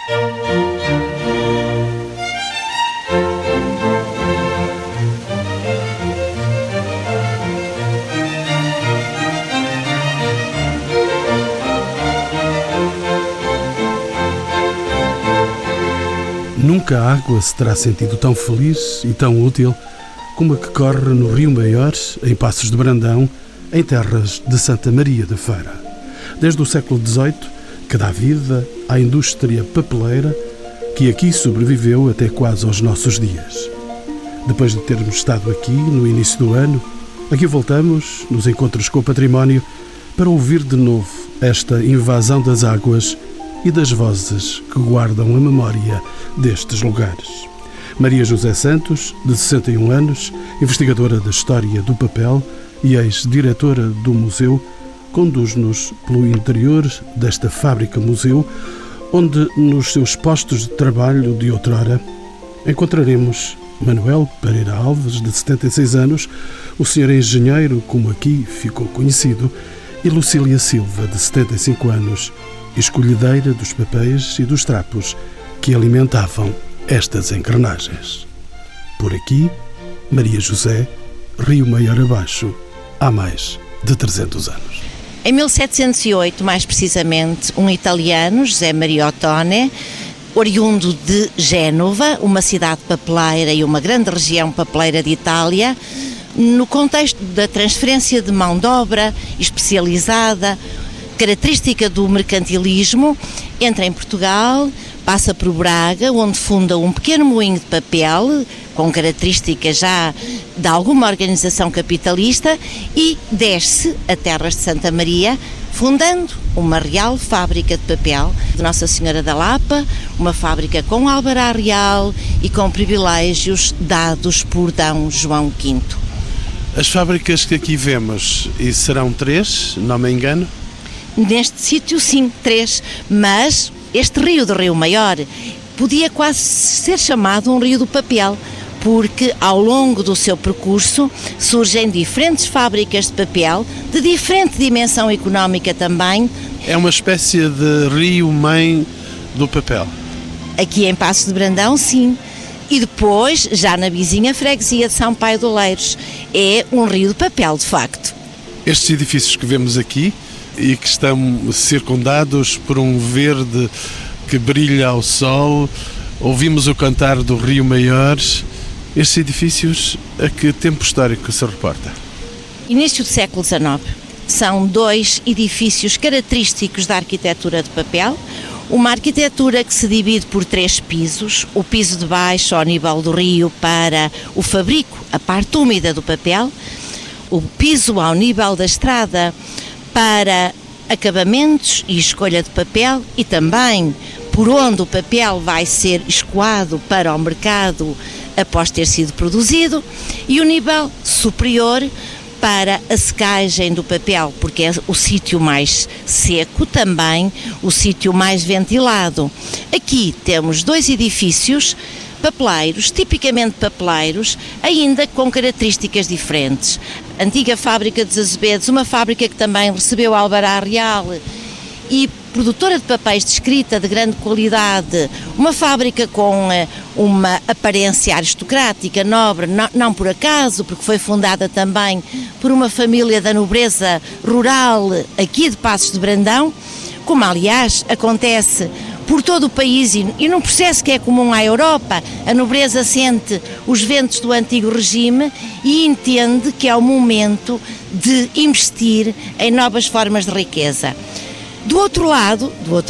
Nunca a água se terá sentido tão feliz e tão útil como a que corre no Rio Maior, em Passos de Brandão, em terras de Santa Maria da Feira. Desde o século XVIII, que dá vida à indústria papeleira que aqui sobreviveu até quase aos nossos dias. Depois de termos estado aqui no início do ano, aqui voltamos, nos encontros com o património, para ouvir de novo esta invasão das águas e das vozes que guardam a memória destes lugares. Maria José Santos, de 61 anos, investigadora da história do papel e ex-diretora do museu, conduz-nos pelo interior desta fábrica-museu, onde, nos seus postos de trabalho de outrora, encontraremos Manuel Pereira Alves, de 76 anos, o senhor engenheiro, como aqui ficou conhecido, e Lucília Silva, de 75 anos, escolhedeira dos papéis e dos trapos que alimentavam estas engrenagens. Por aqui, Maria José, Rio Maior abaixo, há mais de 300 anos. Em 1708, mais precisamente, um italiano, José Maria Ottone, oriundo de Génova, uma cidade papeleira e uma grande região papeleira de Itália, no contexto da transferência de mão de obra especializada, característica do mercantilismo, entra em Portugal, passa por Braga, onde funda um pequeno moinho de papel, com características já de alguma organização capitalista, e desce a terras de Santa Maria, fundando uma real fábrica de papel de Nossa Senhora da Lapa, uma fábrica com albará real e com privilégios dados por D. João V. As fábricas que aqui vemos, e serão 3, não me engano? Neste sítio, sim, 3, mas este rio do Rio Maior podia quase ser chamado um rio do papel, porque ao longo do seu percurso surgem diferentes fábricas de papel, de diferente dimensão económica também. É uma espécie de rio-mãe do papel. Aqui em Passos de Brandão, sim. E depois, já na vizinha freguesia de São Paio de Oleiros, é um rio de papel, de facto. Estes edifícios que vemos aqui e que estão circundados por um verde que brilha ao sol, ouvimos o cantar do Rio Maior. Estes edifícios, a que tempo histórico se reporta? Início do século XIX. São 2 edifícios característicos da arquitetura de papel. Uma arquitetura que se divide por 3 pisos. O piso de baixo, ao nível do rio, para o fabrico, a parte úmida do papel. O piso ao nível da estrada para acabamentos e escolha de papel, e também por onde o papel vai ser escoado para o mercado após ter sido produzido, e o nível superior para a secagem do papel, porque é o sítio mais seco, também o sítio mais ventilado. Aqui temos 2 edifícios papeleiros, tipicamente papeleiros, ainda com características diferentes. A antiga fábrica dos Azevedos, uma fábrica que também recebeu albará real e produtora de papéis de escrita de grande qualidade, uma fábrica com uma aparência aristocrática, nobre, não por acaso, porque foi fundada também por uma família da nobreza rural aqui de Passos de Brandão, como aliás acontece por todo o país e num processo que é comum à Europa. A nobreza sente os ventos do antigo regime e entende que é o momento de investir em novas formas de riqueza. Do outro lado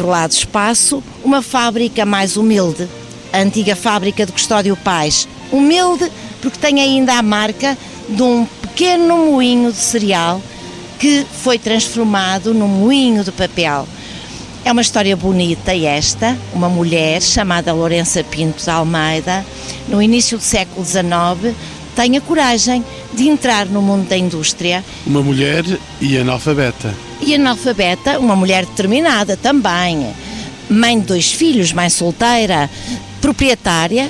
espaço, uma fábrica mais humilde, a antiga fábrica de Custódio Pais. Humilde porque tem ainda a marca de um pequeno moinho de cereal que foi transformado num moinho de papel. É uma história bonita esta, uma mulher chamada Lourença Pinto de Almeida, no início do século XIX, tem a coragem de entrar no mundo da indústria. Uma mulher e analfabeta. E analfabeta, uma mulher determinada também, mãe de 2 filhos, mãe solteira, proprietária,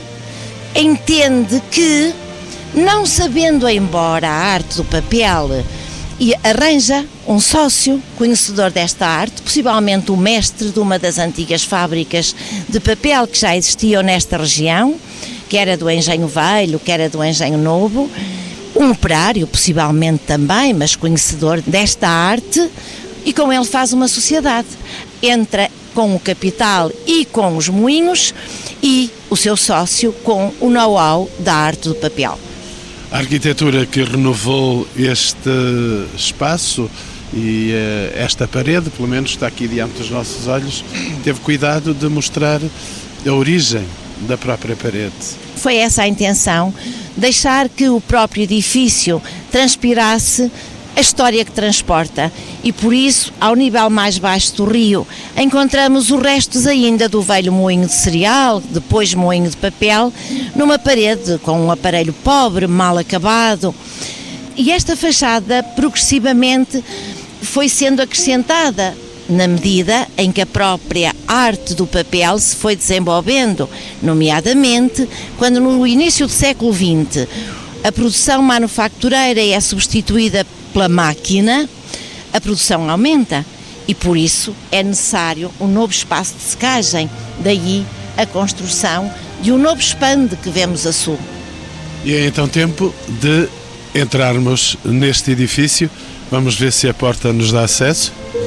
entende que, não sabendo embora a arte do papel e arranja um sócio conhecedor desta arte, possivelmente o mestre de uma das antigas fábricas de papel que já existiam nesta região, que era do Engenho Velho, que era do Engenho Novo, um operário, possivelmente também, mas conhecedor desta arte, e com ele faz uma sociedade. Entra com o capital e com os moinhos e o seu sócio com o know-how da arte do papel. A arquitetura que renovou este espaço e esta parede, pelo menos está aqui diante dos nossos olhos, teve cuidado de mostrar a origem da própria parede. Foi essa a intenção, deixar que o próprio edifício transpirasse a história que transporta, e por isso, ao nível mais baixo do rio, encontramos os restos ainda do velho moinho de cereal, depois moinho de papel, numa parede com um aparelho pobre, mal acabado. E esta fachada progressivamente foi sendo acrescentada na medida em que a própria arte do papel se foi desenvolvendo, nomeadamente quando no início do século XX a produção manufactureira é substituída pela máquina, a produção aumenta e por isso é necessário um novo espaço de secagem, daí a construção de um novo expande que vemos a sul. E é então tempo de entrarmos neste edifício. Vamos ver se a porta nos dá acesso.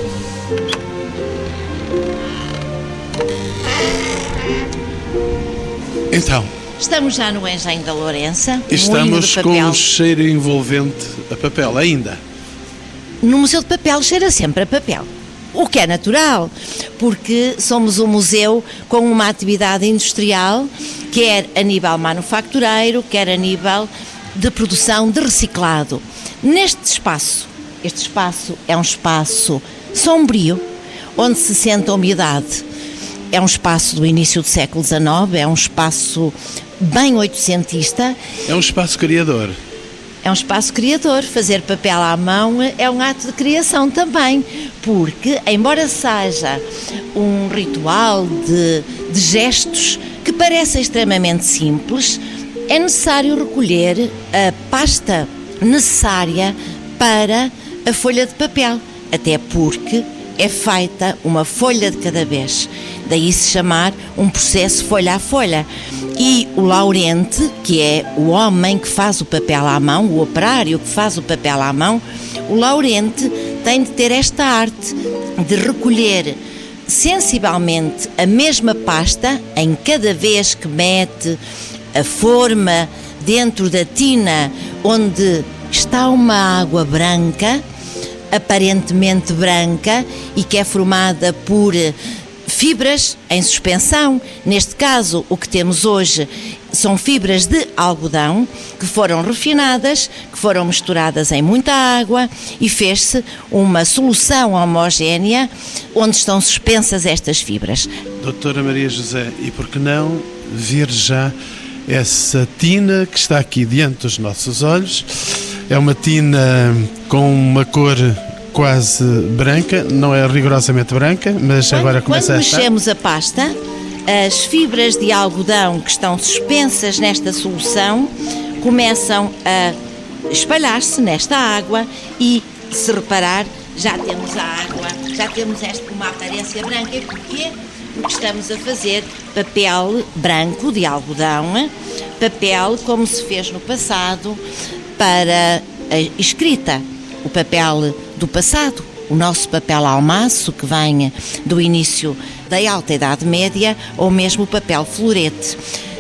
Então, estamos já no Engenho da Lourença. Estamos com um cheiro envolvente a papel ainda. No Museu de Papel cheira sempre a papel, o que é natural, porque somos um museu com uma atividade industrial, quer a nível manufactureiro, quer a nível de produção de reciclado. Neste espaço, este espaço é um espaço sombrio, onde se sente a umidade. É um espaço do início do século XIX, é um espaço bem oitocentista. É um espaço criador. É um espaço criador. Fazer papel à mão é um ato de criação também, porque, embora seja um ritual de gestos que parecem extremamente simples, é necessário recolher a pasta necessária para a folha de papel, até porque é feita uma folha de cada vez, daí se chamar um processo folha a folha. E o laurente, que é o homem que faz o papel à mão, o operário que faz o papel à mão, o laurente tem de ter esta arte de recolher sensivelmente a mesma pasta em cada vez que mete a forma dentro da tina onde está uma água branca, aparentemente branca, e que é formada por fibras em suspensão. Neste caso, o que temos hoje são fibras de algodão que foram refinadas, que foram misturadas em muita água e fez-se uma solução homogénea onde estão suspensas estas fibras. Doutora Maria José, e por que não ver já essa tina que está aqui diante dos nossos olhos? É uma tina com uma cor quase branca, não é rigorosamente branca, mas agora começa a estar. Quando mexemos a pasta, as fibras de algodão que estão suspensas nesta solução começam a espalhar-se nesta água e, se reparar, já temos a água, já temos uma aparência branca. E porquê? Porque estamos a fazer papel branco de algodão, papel como se fez no passado para a escrita, o papel do passado, o nosso papel almaço que vem do início da Alta Idade Média, ou mesmo o papel florete.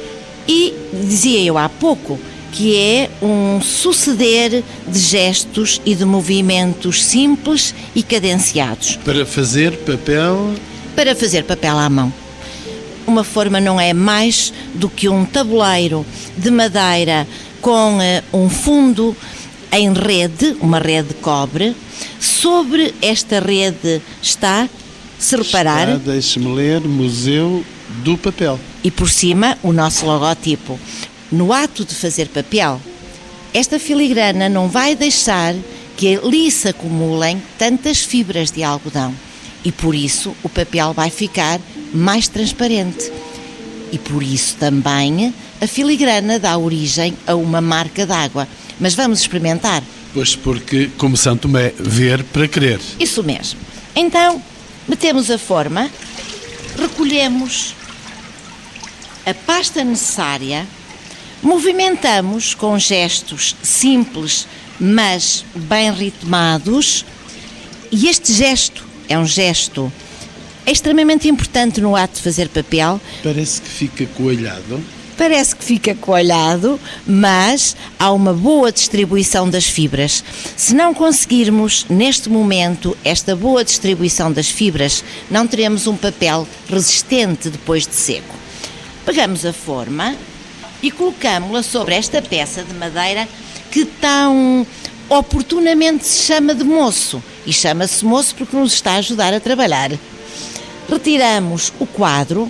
E dizia eu há pouco que é um suceder de gestos e de movimentos simples e cadenciados. Para fazer papel? Para fazer papel à mão. Uma forma não é mais do que um tabuleiro de madeira com um fundo em rede, uma rede de cobre. Sobre esta rede está, se reparar... Deixe-me ler, Museu do Papel. E por cima o nosso logotipo. No ato de fazer papel, esta filigrana não vai deixar que ali se acumulem tantas fibras de algodão. E por isso o papel vai ficar mais transparente. E por isso também a filigrana dá origem a uma marca d'água. Mas vamos experimentar. Pois porque, como São Tomé, ver para crer. Isso mesmo. Então, metemos a forma, recolhemos a pasta necessária, movimentamos com gestos simples, mas bem ritmados, e este gesto é um gesto extremamente importante no ato de fazer papel. Parece que fica coalhado. Parece que fica coalhado, mas há uma boa distribuição das fibras. Se não conseguirmos, neste momento, esta boa distribuição das fibras, não teremos um papel resistente depois de seco. Pegamos a forma e colocamos-la sobre esta peça de madeira que tão oportunamente se chama de moço. E chama-se moço porque nos está a ajudar a trabalhar. Retiramos o quadro.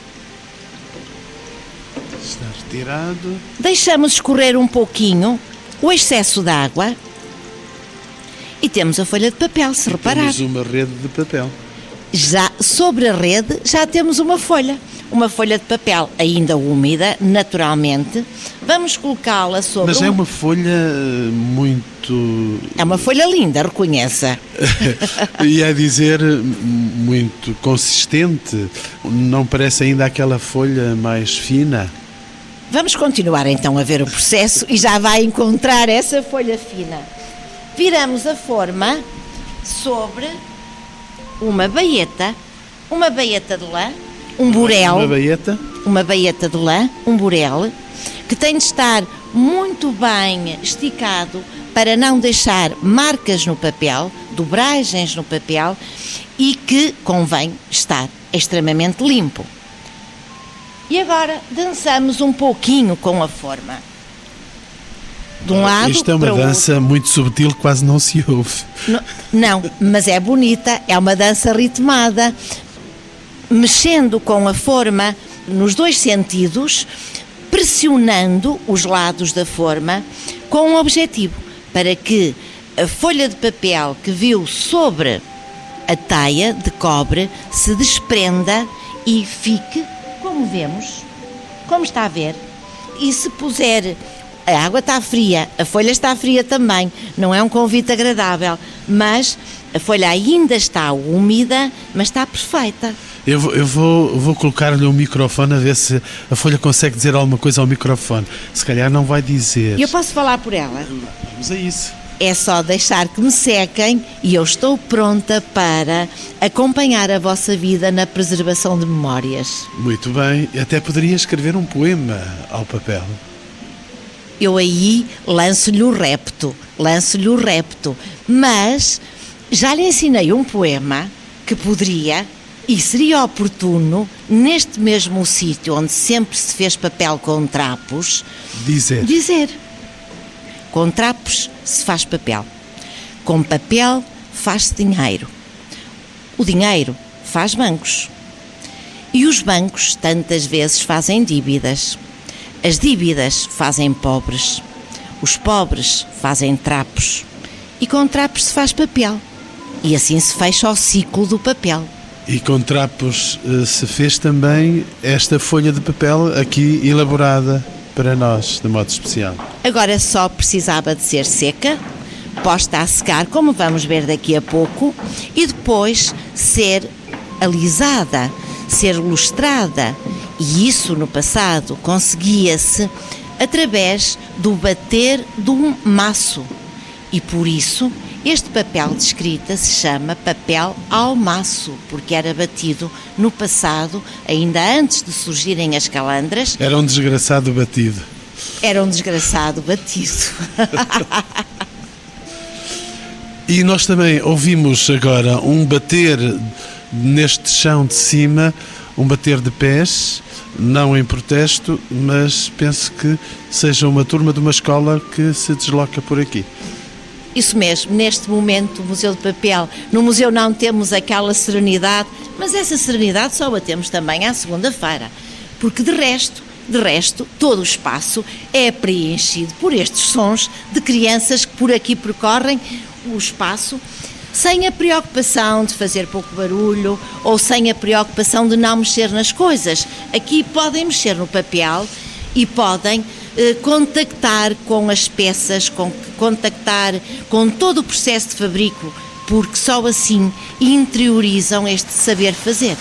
Está retirado. Deixamos escorrer um pouquinho o excesso de água e temos a folha de papel, se reparar. Temos uma rede de papel. Já sobre a rede já temos uma folha de papel ainda úmida, naturalmente. Vamos colocá-la sobre... Mas é uma folha muito... É uma folha linda, reconheça. E a dizer, muito consistente. Não parece ainda aquela folha mais fina? Vamos continuar então a ver o processo e já vai encontrar essa folha fina. Viramos a forma sobre uma baeta de lã, um burel. Uma baeta de lã, um burel, que tem de estar muito bem esticado para não deixar marcas no papel, dobragens no papel, e que convém estar extremamente limpo. E agora dançamos um pouquinho com a forma. De um lado Isto é uma dança muito subtil, quase não se ouve. Não, mas é bonita, é uma dança ritmada, mexendo com a forma nos dois sentidos, pressionando os lados da forma com um objetivo, para que a folha de papel que viu sobre a taia de cobre se desprenda e fique como vemos, como está a ver. E se puser... A água está fria, a folha está fria também, não é um convite agradável, mas a folha ainda está úmida, mas está perfeita. Eu vou colocar-lhe um microfone a ver se a folha consegue dizer alguma coisa ao microfone. Se calhar não vai dizer. Eu posso falar por ela? Vamos a isso. É só deixar que me sequem e eu estou pronta para acompanhar a vossa vida na preservação de memórias. Muito bem, até poderia escrever um poema ao papel. Eu aí lanço-lhe o repto, mas já lhe ensinei um poema que poderia e seria oportuno, neste mesmo sítio onde sempre se fez papel com trapos, dizer: com trapos se faz papel, com papel faz-se dinheiro, o dinheiro faz bancos e os bancos tantas vezes fazem dívidas. As dívidas fazem pobres, os pobres fazem trapos e com trapos se faz papel e assim se fecha o ciclo do papel. E com trapos se fez também esta folha de papel aqui elaborada para nós, de modo especial. Agora só precisava de ser seca, posta a secar, como vamos ver daqui a pouco, e depois ser alisada, ser lustrada. E isso no passado conseguia-se através do bater de um maço. E por isso este papel de escrita se chama papel ao maço, porque era batido no passado, ainda antes de surgirem as calandras. Era um desgraçado batido. E nós também ouvimos agora um bater neste chão de cima, um bater de pés, não em protesto, mas penso que seja uma turma de uma escola que se desloca por aqui. Isso mesmo, neste momento, o Museu de Papel, no museu não temos aquela serenidade, mas essa serenidade só a temos também à segunda-feira, porque de resto, todo o espaço é preenchido por estes sons de crianças que por aqui percorrem o espaço, sem a preocupação de fazer pouco barulho ou sem a preocupação de não mexer nas coisas. Aqui podem mexer no papel e podem contactar com as peças, contactar com todo o processo de fabrico, porque só assim interiorizam este saber fazer.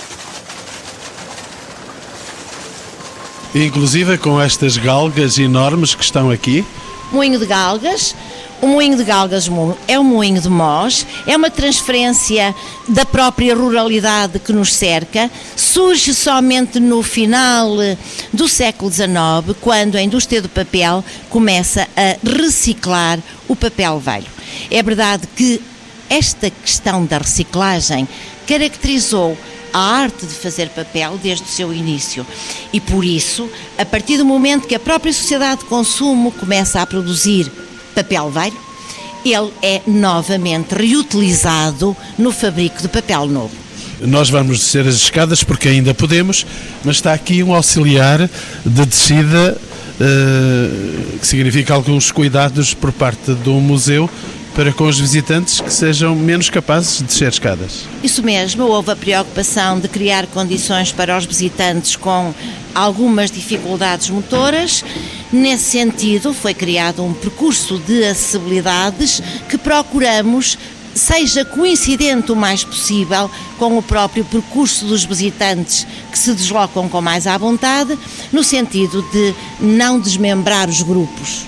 Inclusive com estas galgas enormes que estão aqui. Moinho de galgas. O moinho de galgas é um moinho de Mós, é uma transferência da própria ruralidade que nos cerca, surge somente no final do século XIX, quando a indústria do papel começa a reciclar o papel velho. É verdade que esta questão da reciclagem caracterizou a arte de fazer papel desde o seu início e, por isso, a partir do momento que a própria sociedade de consumo começa a produzir papel velho, ele é novamente reutilizado no fabrico de papel novo. Nós vamos descer as escadas porque ainda podemos, mas está aqui um auxiliar de descida, que significa alguns cuidados por parte do museu para com os visitantes que sejam menos capazes de descer escadas. Isso mesmo, houve a preocupação de criar condições para os visitantes com algumas dificuldades motoras. Nesse sentido, foi criado um percurso de acessibilidades que procuramos seja coincidente o mais possível com o próprio percurso dos visitantes que se deslocam com mais à vontade, no sentido de não desmembrar os grupos.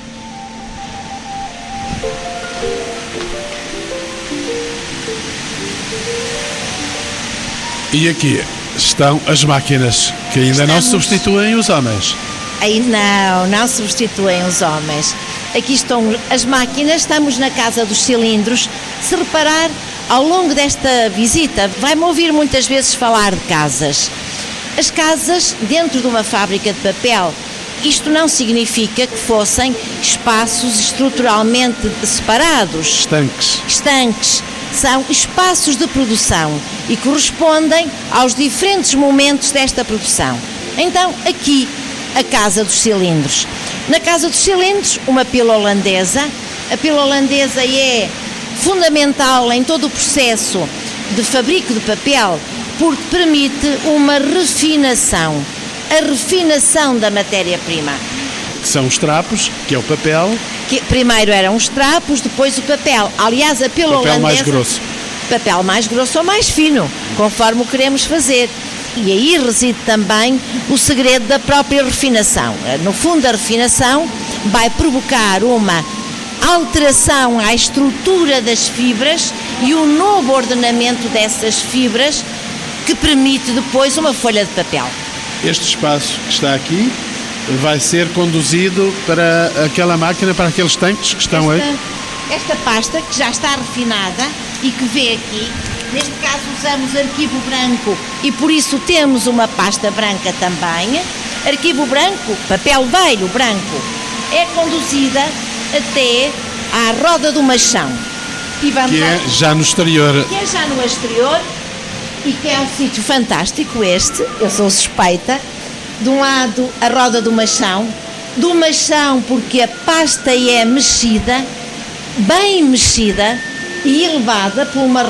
E aqui estão as máquinas que ainda não substituem os homens. Aí não substituem os homens. Aqui estão as máquinas, estamos na Casa dos Cilindros. Se reparar, ao longo desta visita, vai-me ouvir muitas vezes falar de casas. As casas dentro de uma fábrica de papel, isto não significa que fossem espaços estruturalmente separados. Estanques. São espaços de produção e correspondem aos diferentes momentos desta produção. Então, aqui, a Casa dos Cilindros. Na Casa dos Cilindros, uma pila holandesa. A pila holandesa é fundamental em todo o processo de fabrico de papel porque permite uma refinação, a refinação da matéria-prima. Que são os trapos, que é o papel. Que primeiro eram os trapos, depois o papel. Aliás, a pila holandesa... Papel mais grosso. Papel mais grosso ou mais fino, conforme o queremos fazer. E aí reside também o segredo da própria refinação. No fundo, a refinação vai provocar uma alteração à estrutura das fibras e um novo ordenamento dessas fibras que permite depois uma folha de papel. Este espaço que está aqui vai ser conduzido para aquela máquina, para aqueles tanques que estão aí? Esta pasta que já está refinada e que vê aqui, neste caso usamos arquivo branco e por isso temos uma pasta branca também. Arquivo branco, papel velho branco, é conduzida até à roda do machão. E vamos que é já no exterior. Que é já no exterior e que é um sítio fantástico este, eu sou suspeita. De um lado a roda do machão porque a pasta é mexida, bem mexida e elevada por uma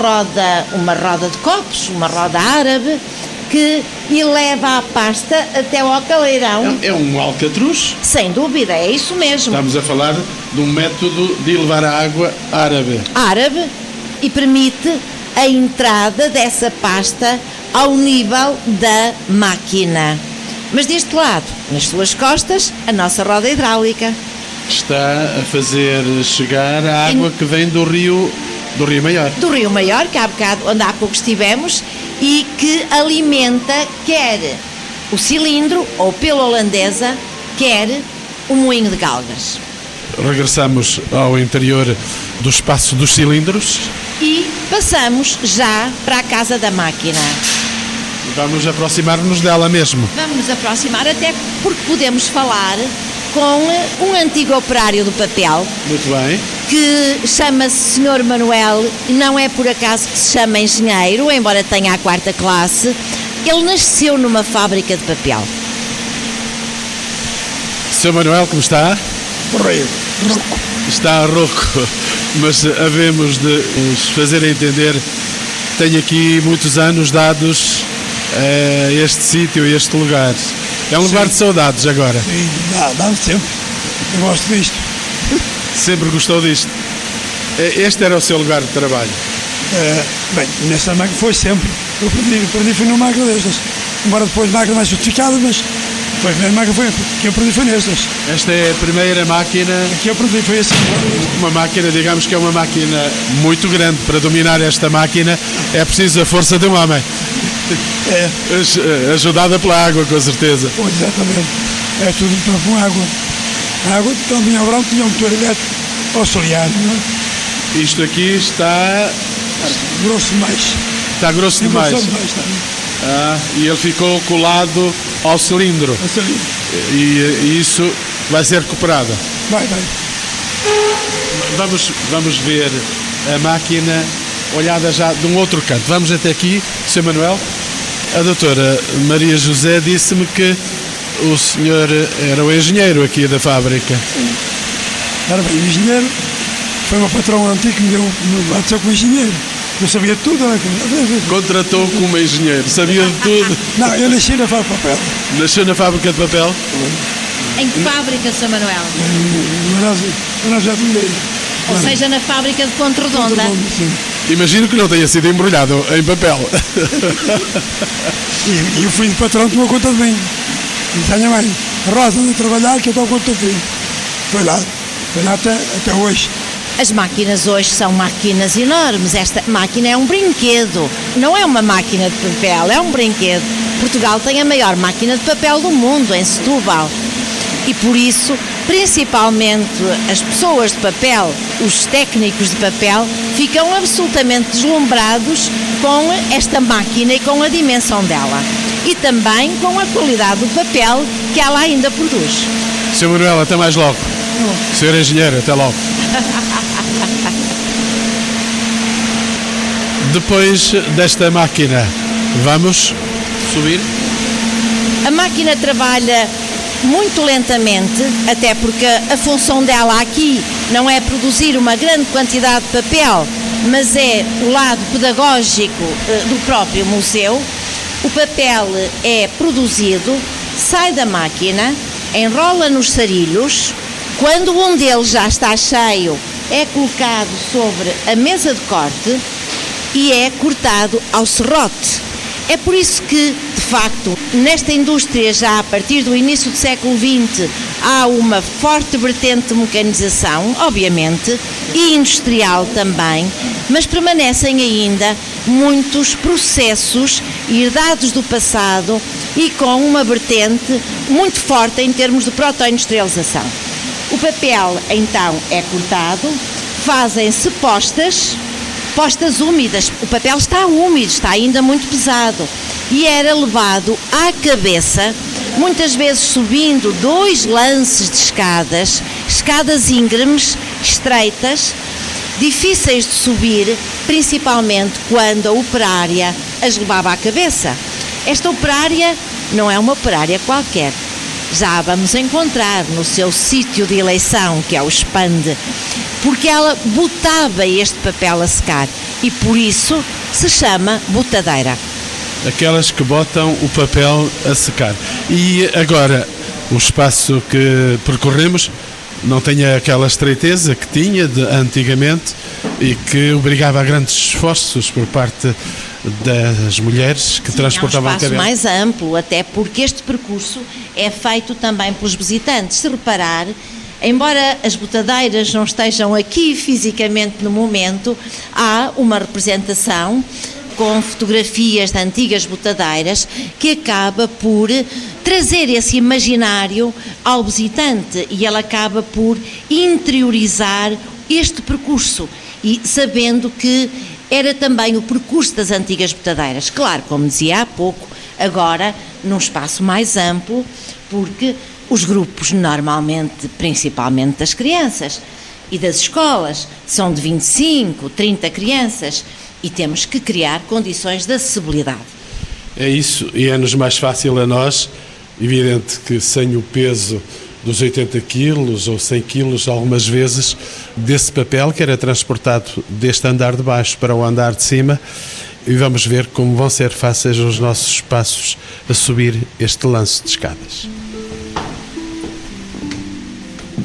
roda de copos, uma roda árabe, que eleva a pasta até ao caleirão. É um alcatruz? Sem dúvida, é isso mesmo. Estamos a falar de um método de elevar a água árabe. Árabe, e permite a entrada dessa pasta ao nível da máquina. Mas deste lado, nas suas costas, a nossa roda hidráulica. Está a fazer chegar a água que vem do Rio Maior. Do Rio Maior, que há bocado, onde há pouco estivemos, e que alimenta quer o cilindro, ou pela holandesa, quer o moinho de galgas. Regressamos ao interior do espaço dos cilindros. E passamos já para a Casa da Máquina. Vamos aproximar-nos dela mesmo. Vamos nos aproximar, até porque podemos falar com um antigo operário do papel. Muito bem. Que chama-se Sr. Manuel, e não é por acaso que se chama engenheiro, embora tenha a 4ª classe. Ele nasceu numa fábrica de papel. Sr. Manuel, como está? Rouco. Está rouco, mas havemos de nos fazer entender. Tenho aqui muitos anos dados a este sítio, a este lugar. É um lugar de saudades agora. Sim, dá sempre. Eu gosto disto. Sempre gostou disto? Este era o seu lugar de trabalho? Bem, nesta máquina foi sempre. Eu aprendi foi numa máquina destas. Embora depois máquinas mais sofisticadas, mas foi a primeira máquina que eu aprendi foi nestas. Esta é a primeira máquina... Que eu aprendi foi assim. Uma máquina, digamos que é uma máquina muito grande. Para dominar esta máquina é preciso a força de um homem. É. Ajudada pela água, com certeza. Pois, exatamente. É tudo com água. A água, então, vinha ao verão, tinha um motor elétrico auxiliar, não é? Isto aqui está... Grosso demais. Está grosso demais. E ele ficou colado ao cilindro. Ao cilindro. E isso vai ser recuperado. Vai. Vamos ver a máquina olhada já de um outro canto. Vamos até aqui, Sr. Manuel. A doutora Maria José disse-me que o senhor era o engenheiro aqui da fábrica. Sim. Era bem, o engenheiro foi meu patrão antigo que me bateu com o engenheiro. Eu sabia de tudo. Contratou como engenheiro, sabia de tudo. Não, eu nasci na fábrica de papel. Nasceu na fábrica de papel? Em que fábrica, Sr. Manuel? No Jardim. Ou seja, na fábrica de Ponte Redonda. Sim. Imagino que não tenha sido embrulhado em papel. E o filho do patrão tomou conta de mim. E tenho a mãe, Rosa, de trabalhar, que eu estou conta do filho. Foi lá até hoje. As máquinas hoje são máquinas enormes. Esta máquina é um brinquedo. Não é uma máquina de papel, é um brinquedo. Portugal tem a maior máquina de papel do mundo, em Setúbal. E por isso, principalmente as pessoas de papel, os técnicos de papel, ficam absolutamente deslumbrados com esta máquina e com a dimensão dela. E também com a qualidade do papel que ela ainda produz. Sr. Manuel, até mais logo. Sr. Engenheiro, até logo. Depois desta máquina, vamos subir? A máquina trabalha muito lentamente, até porque a função dela aqui não é produzir uma grande quantidade de papel, mas é o lado pedagógico do próprio museu. O papel é produzido, sai da máquina, enrola nos sarilhos. Quando um deles já está cheio, é colocado sobre a mesa de corte e é cortado ao serrote. É por isso que, de facto, nesta indústria, já a partir do início do século XX, há uma forte vertente de mecanização, obviamente, e industrial também, mas permanecem ainda muitos processos herdados do passado e com uma vertente muito forte em termos de proto-industrialização. O papel, então, é cortado, fazem-se postas úmidas. O papel está úmido, está ainda muito pesado e era levado à cabeça, muitas vezes subindo 2 lances de escadas íngremes, estreitas, difíceis de subir, principalmente quando a operária as levava à cabeça. Esta operária não é uma operária qualquer. Já a vamos encontrar no seu sítio de eleição, que é o Expande, porque ela botava este papel a secar e por isso se chama botadeira. Aquelas que botam o papel a secar. E agora, o espaço que percorremos não tem aquela estreiteza que tinha antigamente e que obrigava a grandes esforços por parte das mulheres que transportavam a cabelo. É um espaço mais amplo, até porque este percurso é feito também pelos visitantes. Se reparar, embora as botadeiras não estejam aqui fisicamente no momento, há uma representação com fotografias de antigas botadeiras que acaba por trazer esse imaginário ao visitante e ele acaba por interiorizar este percurso e sabendo que era também o percurso das antigas botadeiras. Claro, como dizia há pouco, agora num espaço mais amplo, porque os grupos normalmente, principalmente das crianças e das escolas, são de 25, 30 crianças e temos que criar condições de acessibilidade. É isso, e é-nos mais fácil a nós, evidente que sem o peso dos 80 quilos ou 100 quilos, algumas vezes, desse papel que era transportado deste andar de baixo para o andar de cima, e vamos ver como vão ser fáceis os nossos passos a subir este lance de escadas.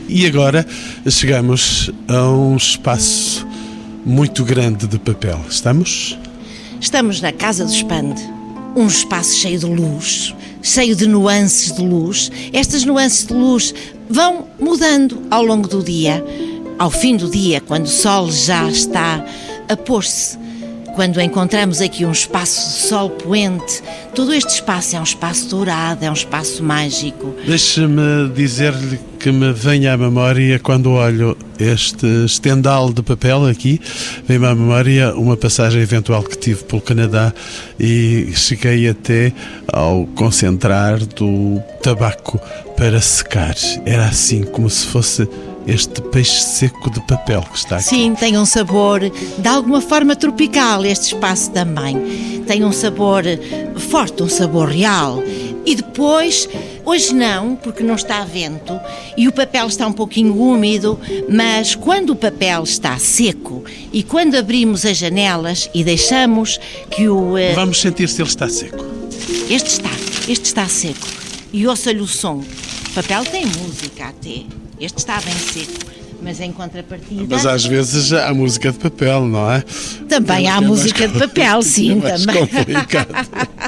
E agora chegamos a um espaço muito grande de papel. Estamos? Estamos na Casa do Expande, um espaço cheio de luz, cheio de nuances de luz. Estas nuances de luz vão mudando ao longo do dia. Ao fim do dia, quando o sol já está a pôr-se, quando encontramos aqui um espaço de sol poente, todo este espaço é um espaço dourado, é um espaço mágico. Deixe-me dizer-lhe que me vem à memória, quando olho este estendal de papel aqui, vem-me à memória uma passagem eventual que tive pelo Canadá e cheguei até ao concentrar do tabaco para secar. Era assim, como se fosse este peixe seco de papel que está aqui. Sim, tem um sabor de alguma forma tropical, este espaço também. Tem um sabor forte, um sabor real. E depois, hoje não, porque não está a vento e o papel está um pouquinho úmido, mas quando o papel está seco e quando abrimos as janelas e deixamos que o... Vamos sentir se ele está seco. Este está seco. E ouça-lhe o som. O papel tem música até. Este está bem seco, mas em contrapartida... Mas às vezes há música de papel, não é? Também há música de papel, sim, também. Complicado.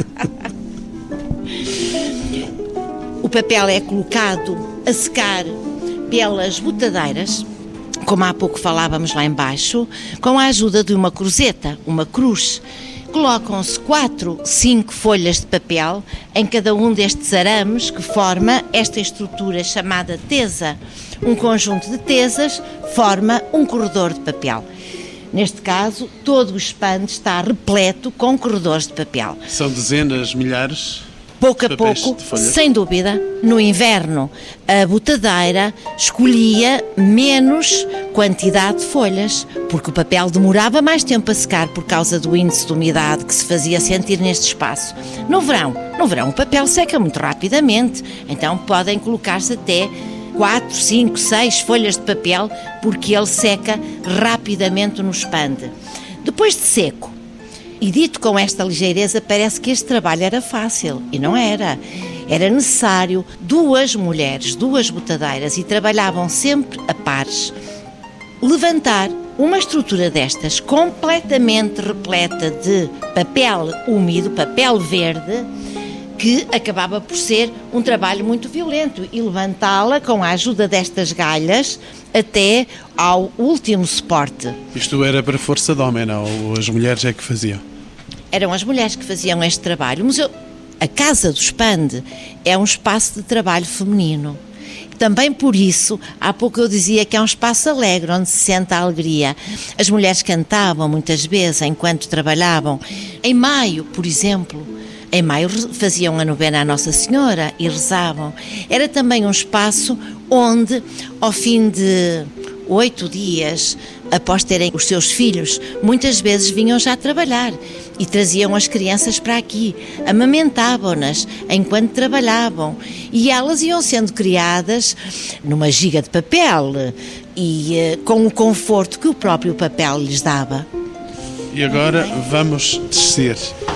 O papel é colocado a secar pelas botadeiras, como há pouco falávamos lá embaixo, com a ajuda de uma cruzeta, uma cruz. Colocam-se 4, 5 folhas de papel em cada um destes arames que forma esta estrutura chamada tesa. Um conjunto de tesas forma um corredor de papel. Neste caso, todo o Expande está repleto com corredores de papel. São dezenas, milhares? Pouco a pouco, sem dúvida, no inverno, a botadeira escolhia menos quantidade de folhas, porque o papel demorava mais tempo a secar por causa do índice de umidade que se fazia sentir neste espaço. No verão o papel seca muito rapidamente, então podem colocar-se até 4, 5, 6 folhas de papel, porque ele seca rapidamente no Expande. Depois de seco, e dito com esta ligeireza, parece que este trabalho era fácil, e não era. Era necessário 2 mulheres, 2 botadeiras, e trabalhavam sempre a pares. Levantar uma estrutura destas, completamente repleta de papel úmido, papel verde, que acabava por ser um trabalho muito violento, e levantá-la com a ajuda destas galhas até ao último suporte. Isto era para força de homem, não? Ou as mulheres é que faziam? Eram as mulheres que faziam este trabalho. A Casa do Expande é um espaço de trabalho feminino. Também por isso, há pouco eu dizia que é um espaço alegre, onde se sente a alegria. As mulheres cantavam muitas vezes enquanto trabalhavam. Em maio, por exemplo, faziam a novena à Nossa Senhora e rezavam. Era também um espaço onde, ao fim de 8 dias, após terem os seus filhos, muitas vezes vinham já trabalhar e traziam as crianças para aqui, amamentavam-nas enquanto trabalhavam, e elas iam sendo criadas numa giga de papel e com o conforto que o próprio papel lhes dava. E agora vamos descer.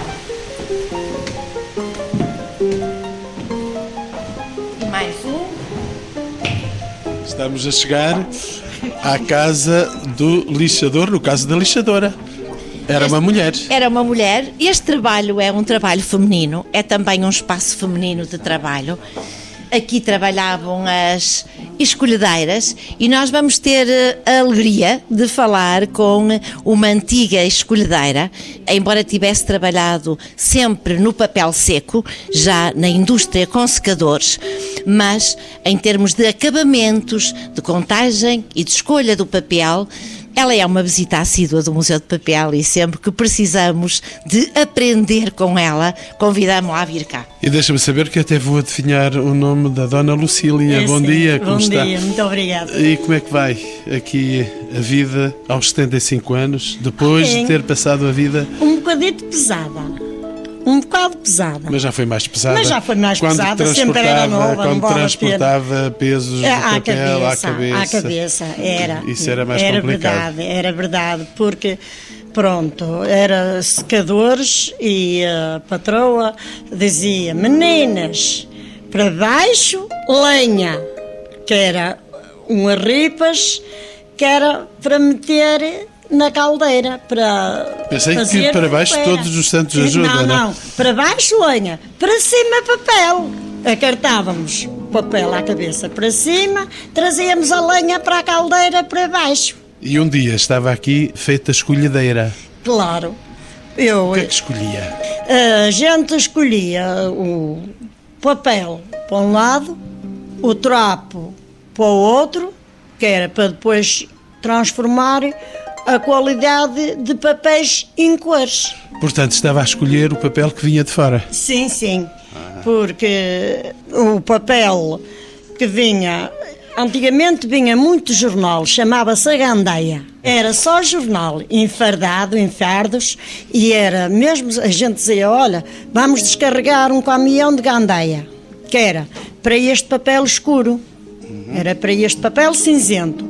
E mais um. Estamos a chegar à casa do lixador, no caso da lixadora. Era uma mulher. Era uma mulher. Este trabalho é um trabalho feminino, é também um espaço feminino de trabalho. Aqui trabalhavam as escolhedeiras e nós vamos ter a alegria de falar com uma antiga escolhedeira, embora tivesse trabalhado sempre no papel seco, já na indústria com secadores, mas em termos de acabamentos, de contagem e de escolha do papel, ela é uma visita assídua do Museu de Papel e sempre que precisamos de aprender com ela, convidamos-la a vir cá. E deixa-me saber que até vou adivinhar o nome da Dona Lucília. Bom dia, como está? Bom dia, muito obrigada. E como é que vai aqui a vida aos 75 anos, depois de ter passado a vida... Um bocadito pesada. Um bocado pesada. Mas já foi mais pesada. Pesada, sempre era nova. Quando transportava pesos de papel à cabeça. Era. Isso era mais complicado. Era verdade, porque, pronto, era secadores e a patroa dizia, meninas, para baixo, lenha, que era umas ripas que era para meter na caldeira, para Pensei fazer que para baixo fogueira. todos os santos ajuda, Não, para baixo lenha, para cima papel. Acartávamos papel à cabeça para cima, trazíamos a lenha para a caldeira para baixo. E um dia estava aqui feita a escolhedeira. Claro. O que é que escolhia? A gente escolhia o papel para um lado, o trapo para o outro, que era para depois transformar a qualidade de papéis em cores. Portanto, estava a escolher o papel que vinha de fora. Sim, sim, porque o papel que vinha... Antigamente vinha muito jornal, chamava-se a gandeia. Era só jornal, enfardado, em fardos, e era mesmo, a gente dizia, olha, vamos descarregar um caminhão de gandeia, que era para este papel escuro, era para este papel cinzento.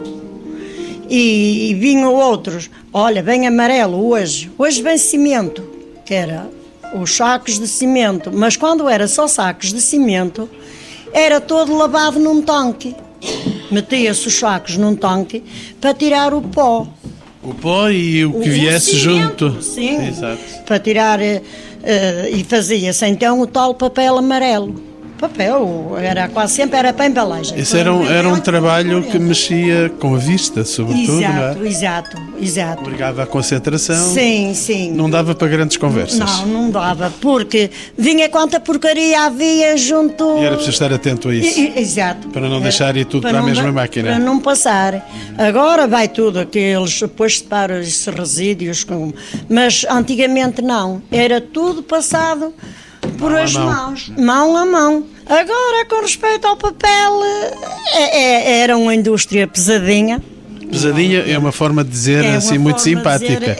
E vinham outros, olha, vem amarelo hoje vem cimento, que era os sacos de cimento, mas quando era só sacos de cimento, era todo lavado num tanque. Metia-se os sacos num tanque para tirar o pó. O pó e o que viesse cimento, junto. Sim, exato. para tirar, e fazia-se então o tal papel amarelo. Papel, era quase sempre era para embalagem. Esse era um trabalho que mexia com a vista, sobretudo, Exato, não é? exato. Obrigava à concentração. Sim. Não dava para grandes conversas. Não dava, porque vinha quanta porcaria havia junto... E era preciso estar atento a isso. Exato. Para não deixar ir tudo para a mesma máquina. Para não passar. Agora vai tudo, aqueles, depois separam esses resíduos. Mas antigamente não. Era tudo passado por as mãos. Mão a mão. Agora, com respeito ao papel, era uma indústria pesadinha. Pesadinha é uma forma de dizer assim muito simpática.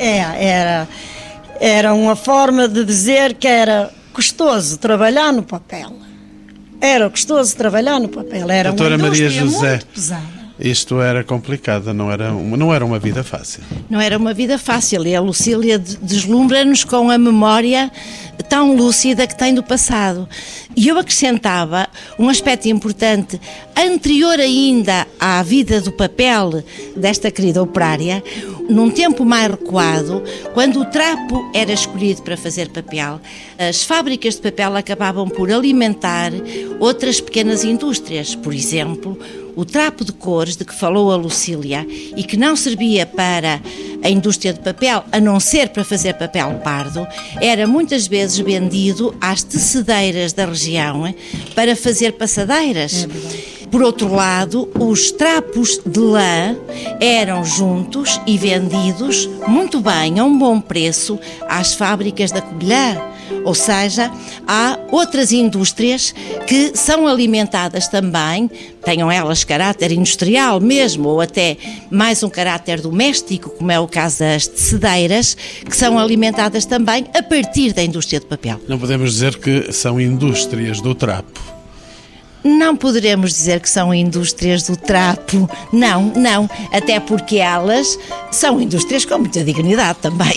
Era uma forma de dizer que era custoso trabalhar no papel. Era custoso trabalhar no papel. Era Doutora uma Maria indústria José, muito pesada. Isto era complicado, não era uma vida fácil. Não era uma vida fácil e a Lucília deslumbra-nos com a memória tão lúcida que tem do passado. E eu acrescentava um aspecto importante, anterior ainda à vida do papel desta querida operária, num tempo mais recuado, quando o trapo era escolhido para fazer papel, as fábricas de papel acabavam por alimentar outras pequenas indústrias. Por exemplo, o trapo de cores de que falou a Lucília e que não servia para a indústria de papel, a não ser para fazer papel pardo, era muitas vezes vendido às tecedeiras da região para fazer passadeiras. Por outro lado, os trapos de lã eram juntos e vendidos muito bem, a um bom preço, às fábricas da Covilhã. Ou seja, há outras indústrias que são alimentadas também, tenham elas caráter industrial mesmo, ou até mais um caráter doméstico, como é o caso das tecedeiras, que são alimentadas também a partir da indústria de papel. Não podemos dizer que são indústrias do trapo. Não poderemos dizer que são indústrias do trapo, não, até porque elas são indústrias com muita dignidade também.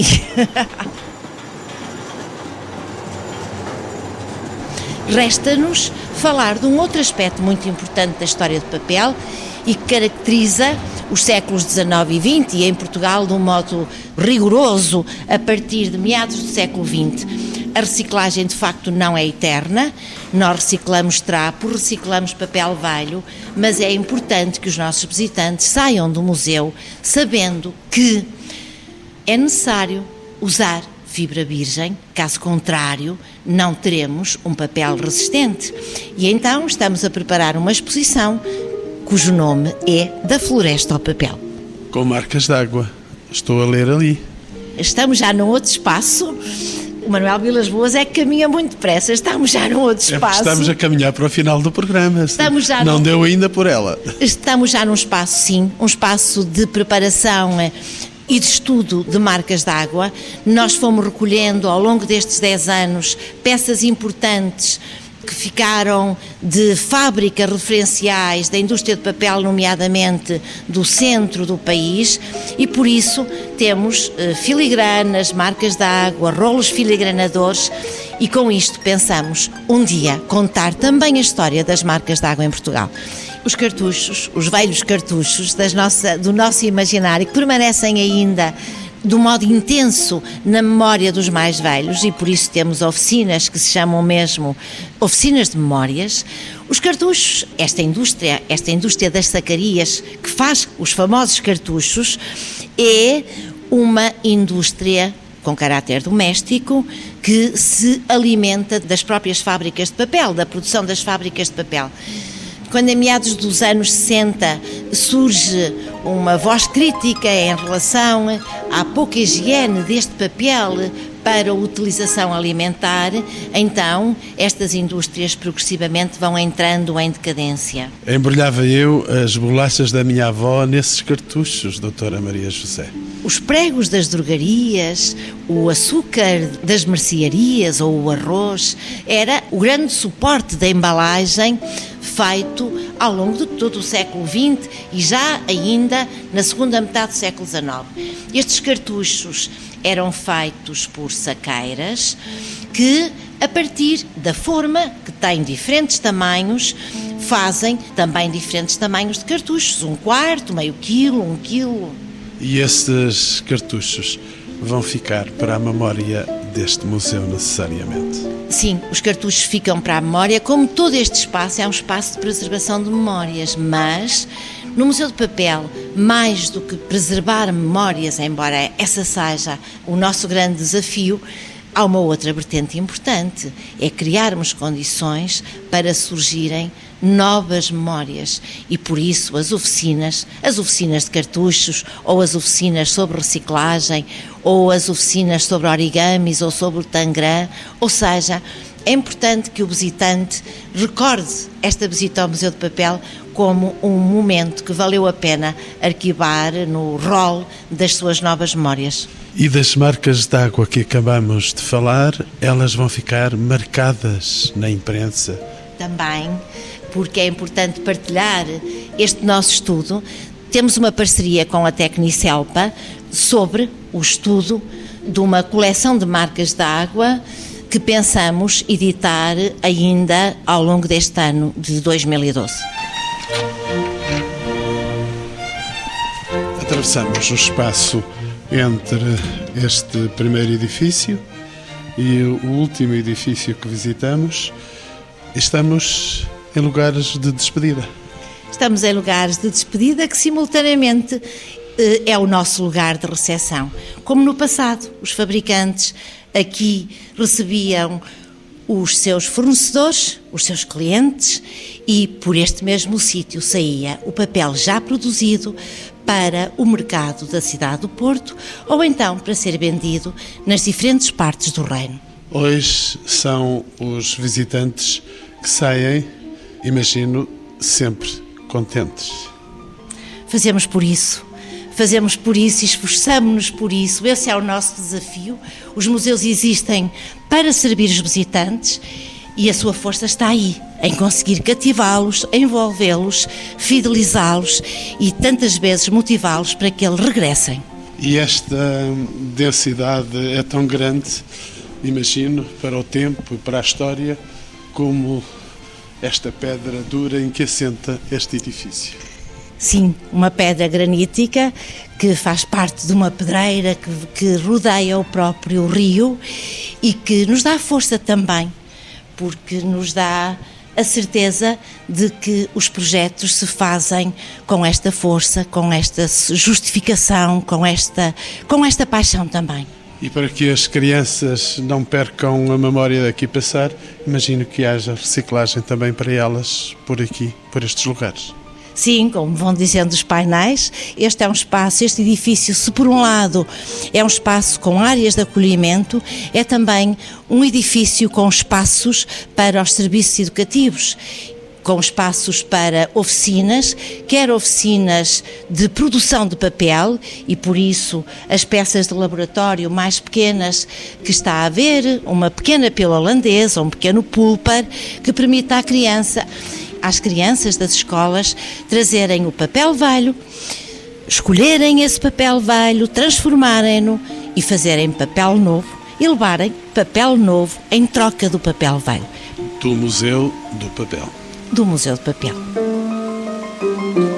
Resta-nos falar de um outro aspecto muito importante da história do papel e que caracteriza os séculos XIX e XX e em Portugal de um modo rigoroso a partir de meados do século XX. A reciclagem de facto não é eterna, nós reciclamos trapo, reciclamos papel velho, mas é importante que os nossos visitantes saiam do museu sabendo que é necessário usar fibra virgem, caso contrário não teremos um papel resistente. E então estamos a preparar uma exposição cujo nome é Da Floresta ao Papel. Com marcas d'água, estou a ler ali. Estamos já num outro espaço. O Manuel Vilas Boas é que caminha muito depressa, estamos já num outro espaço. Estamos a caminhar para o final do programa. Não deu ainda por ela. Estamos já num espaço, sim, um espaço de preparação e de estudo de marcas d'água. Nós fomos recolhendo ao longo destes 10 anos peças importantes que ficaram de fábricas referenciais da indústria de papel, nomeadamente do centro do país, e por isso temos filigranas, marcas d'água, rolos filigranadores, e com isto pensamos um dia contar também a história das marcas d'água em Portugal. Os cartuchos, os velhos cartuchos do nosso imaginário, que permanecem ainda de um modo intenso na memória dos mais velhos, e por isso temos oficinas que se chamam mesmo oficinas de memórias. Os cartuchos, esta indústria das sacarias que faz os famosos cartuchos, é uma indústria com caráter doméstico que se alimenta das próprias fábricas de papel, da produção das fábricas de papel. Quando em meados dos anos 60 surge uma voz crítica em relação à pouca higiene deste papel para a utilização alimentar, então estas indústrias progressivamente vão entrando em decadência. Embrulhava eu as bolachas da minha avó nesses cartuchos, doutora Maria José. Os pregos das drogarias, o açúcar das mercearias ou o arroz, era o grande suporte da embalagem feito ao longo de todo o século XX e já ainda na segunda metade do século XIX. Estes cartuchos eram feitos por saqueiras que, a partir da forma, que têm diferentes tamanhos, fazem também diferentes tamanhos de cartuchos, 1/4, meio quilo, 1 quilo. E esses cartuchos vão ficar para a memória deste museu necessariamente? Sim, os cartuchos ficam para a memória, como todo este espaço é um espaço de preservação de memórias, mas no Museu de Papel, mais do que preservar memórias, embora essa seja o nosso grande desafio, há uma outra vertente importante, é criarmos condições para surgirem novas memórias e por isso as oficinas de cartuchos ou as oficinas sobre reciclagem ou as oficinas sobre origamis ou sobre o tangram, ou seja, é importante que o visitante recorde esta visita ao Museu de Papel como um momento que valeu a pena arquivar no rol das suas novas memórias. E das marcas de água que acabamos de falar, elas vão ficar marcadas na imprensa? Também, porque é importante partilhar este nosso estudo. Temos uma parceria com a Tecnicelpa sobre o estudo de uma coleção de marcas de água que pensamos editar ainda ao longo deste ano de 2012. Atravessamos o espaço entre este primeiro edifício e o último edifício que visitamos. Estamos em lugares de despedida. Estamos em lugares de despedida que simultaneamente é o nosso lugar de recepção. Como no passado, os fabricantes aqui recebiam os seus fornecedores, os seus clientes, e por este mesmo sítio saía o papel já produzido para o mercado da cidade do Porto ou então para ser vendido nas diferentes partes do reino. Hoje são os visitantes que saem, imagino, sempre contentes. Fazemos por isso e esforçamo-nos por isso. Esse é o nosso desafio. Os museus existem para servir os visitantes e a sua força está aí, em conseguir cativá-los, envolvê-los, fidelizá-los e tantas vezes motivá-los para que eles regressem. E esta densidade é tão grande, imagino, para o tempo e para a história, como esta pedra dura em que assenta este edifício. Sim, uma pedra granítica que faz parte de uma pedreira que rodeia o próprio rio e que nos dá força também, porque nos dá a certeza de que os projetos se fazem com esta força, com esta justificação, com esta paixão também. E para que as crianças não percam a memória daqui passar, imagino que haja reciclagem também para elas por aqui, por estes lugares. Sim, como vão dizendo os painéis, este edifício, se por um lado é um espaço com áreas de acolhimento, é também um edifício com espaços para os serviços educativos, com espaços para oficinas, quer oficinas de produção de papel, e por isso as peças de laboratório mais pequenas que está a haver, uma pequena pila holandesa, um pequeno pulper, que permita às crianças das escolas trazerem o papel velho, escolherem esse papel velho, transformarem-no e fazerem papel novo e levarem papel novo em troca do papel velho. Do Museu do Papel. Do Museu de Papel. Música